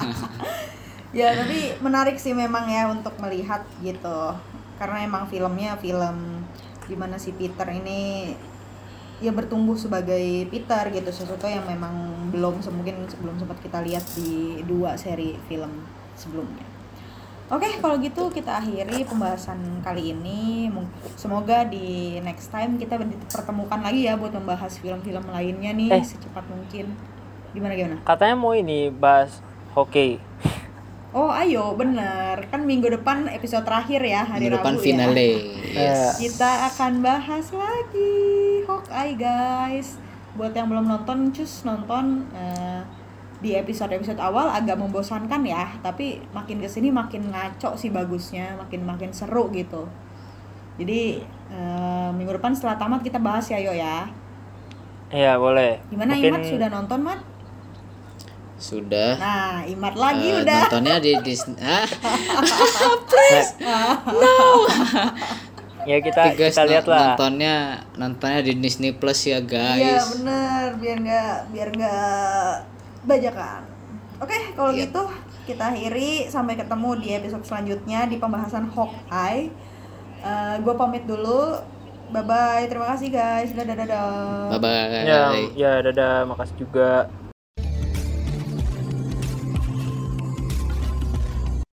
Ya tapi menarik sih memang ya untuk melihat gitu, karena emang filmnya film dimana si Peter ini ya bertumbuh sebagai Peter gitu, sesuatu yang memang belum sempat kita lihat di 2 seri film sebelumnya. Oke, kalau gitu kita akhiri pembahasan kali ini. Semoga di next time kita dipertemukan lagi ya buat membahas film-film lainnya nih secepat mungkin. Gimana? Katanya mau ini bahas hoki. Oh ayo, bener. Kan minggu depan episode terakhir ya, hari Minggu depan Rabu finale. ya. Yes. Kita akan bahas lagi Hawkeye guys. Buat yang belum nonton, cus nonton. Di episode awal agak membosankan ya, tapi makin kesini makin ngaco sih bagusnya, makin seru gitu. Jadi minggu depan setelah tamat kita bahas ya yo ya. Iya boleh. Gimana mungkin... Imat sudah nonton Mat? Sudah. Nah Imat lagi udah. Nontonnya di Disney. Ya kita lihat lah. Nontonnya di Disney Plus ya guys. Iya bener, biar nggak bajakan. Oke, kalau gitu kita akhiri, sampai ketemu di episode selanjutnya di pembahasan Hawkeye. Gue pamit dulu. Bye bye. Terima kasih guys. Dadah. Bye bye. Ya dadah, makasih juga.